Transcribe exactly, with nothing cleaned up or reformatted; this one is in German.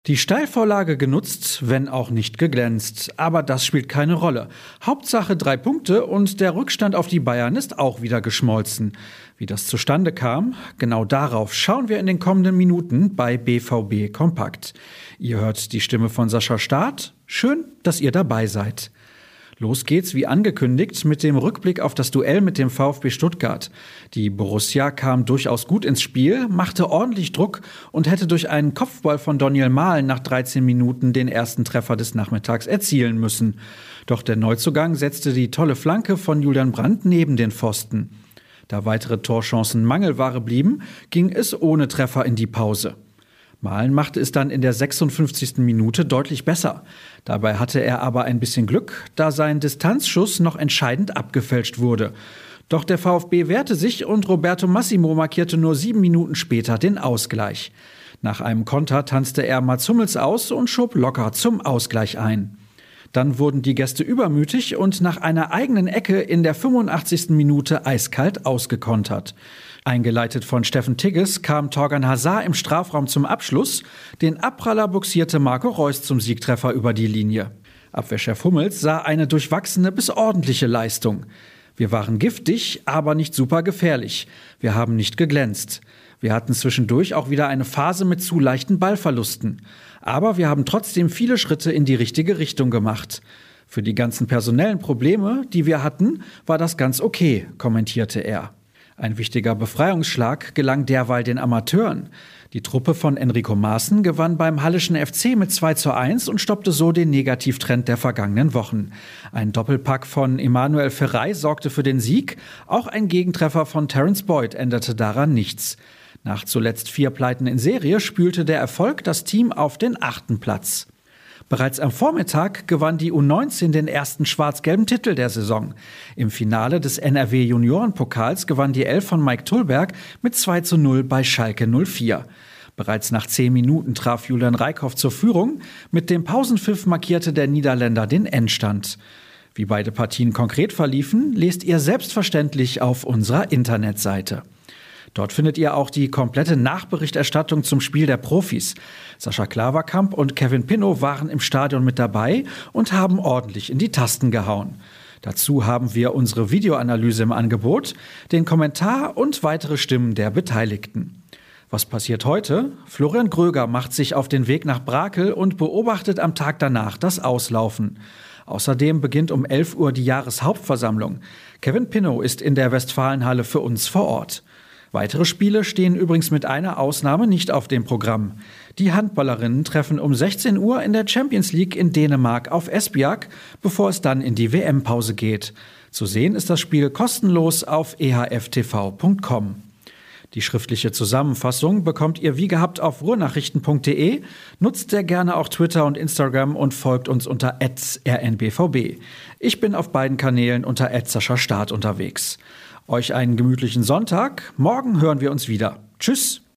Die Steilvorlage genutzt, wenn auch nicht geglänzt. Aber das spielt keine Rolle. Hauptsache drei Punkte und der Rückstand auf die Bayern ist auch wieder geschmolzen. Wie das zustande kam, genau darauf schauen wir in den kommenden Minuten bei B V B Kompakt. Ihr hört die Stimme von Sascha Staat. Schön, dass ihr dabei seid. Los geht's wie angekündigt mit dem Rückblick auf das Duell mit dem VfB Stuttgart. Die Borussia kam durchaus gut ins Spiel, machte ordentlich Druck und hätte durch einen Kopfball von Daniel Mahlen nach dreizehn Minuten den ersten Treffer des Nachmittags erzielen müssen. Doch der Neuzugang setzte die tolle Flanke von Julian Brandt neben den Pfosten. Da weitere Torchancen Mangelware blieben, ging es ohne Treffer in die Pause. Mahlen machte es dann in der sechsundfünfzigsten Minute deutlich besser. Dabei hatte er aber ein bisschen Glück, da sein Distanzschuss noch entscheidend abgefälscht wurde. Doch der VfB wehrte sich und Roberto Massimo markierte nur sieben Minuten später den Ausgleich. Nach einem Konter tanzte er Mats Hummels aus und schob locker zum Ausgleich ein. Dann wurden die Gäste übermütig und nach einer eigenen Ecke in der fünfundachtzigsten Minute eiskalt ausgekontert. Eingeleitet von Steffen Tigges kam Thorgan Hazard im Strafraum zum Abschluss. Den Abpraller buxierte Marco Reus zum Siegtreffer über die Linie. Abwehrchef Hummels sah eine durchwachsene bis ordentliche Leistung. Wir waren giftig, aber nicht super gefährlich. Wir haben nicht geglänzt. Wir hatten zwischendurch auch wieder eine Phase mit zu leichten Ballverlusten. Aber wir haben trotzdem viele Schritte in die richtige Richtung gemacht. Für die ganzen personellen Probleme, die wir hatten, war das ganz okay, kommentierte er. Ein wichtiger Befreiungsschlag gelang derweil den Amateuren. Die Truppe von Enrico Maaßen gewann beim Hallischen F C mit zwei zu eins und stoppte so den Negativtrend der vergangenen Wochen. Ein Doppelpack von Emanuel Ferrey sorgte für den Sieg. Auch ein Gegentreffer von Terence Boyd änderte daran nichts. Nach zuletzt vier Pleiten in Serie spülte der Erfolg das Team auf den achten Platz. Bereits am Vormittag gewann die U neunzehn den ersten schwarz-gelben Titel der Saison. Im Finale des N R W Juniorenpokals gewann die Elf von Mike Tulberg mit zwei zu null bei Schalke null vier. Bereits nach zehn Minuten traf Julian Reikhoff zur Führung. Mit dem Pausenpfiff markierte der Niederländer den Endstand. Wie beide Partien konkret verliefen, lest ihr selbstverständlich auf unserer Internetseite. Dort findet ihr auch die komplette Nachberichterstattung zum Spiel der Profis. Sascha Klaverkamp und Kevin Pinnow waren im Stadion mit dabei und haben ordentlich in die Tasten gehauen. Dazu haben wir unsere Videoanalyse im Angebot, den Kommentar und weitere Stimmen der Beteiligten. Was passiert heute? Florian Gröger macht sich auf den Weg nach Brakel und beobachtet am Tag danach das Auslaufen. Außerdem beginnt um elf Uhr die Jahreshauptversammlung. Kevin Pinnow ist in der Westfalenhalle für uns vor Ort. Weitere Spiele stehen übrigens mit einer Ausnahme nicht auf dem Programm. Die Handballerinnen treffen um sechzehn Uhr in der Champions League in Dänemark auf Esbjerg, bevor es dann in die W M-Pause geht. Zu sehen ist das Spiel kostenlos auf e h f t v punkt com. Die schriftliche Zusammenfassung bekommt ihr wie gehabt auf ruhrnachrichten punkt de. Nutzt sehr gerne auch Twitter und Instagram und folgt uns unter at r n b v b. Ich bin auf beiden Kanälen unter at Sascha Staat unterwegs. Euch einen gemütlichen Sonntag. Morgen hören wir uns wieder. Tschüss.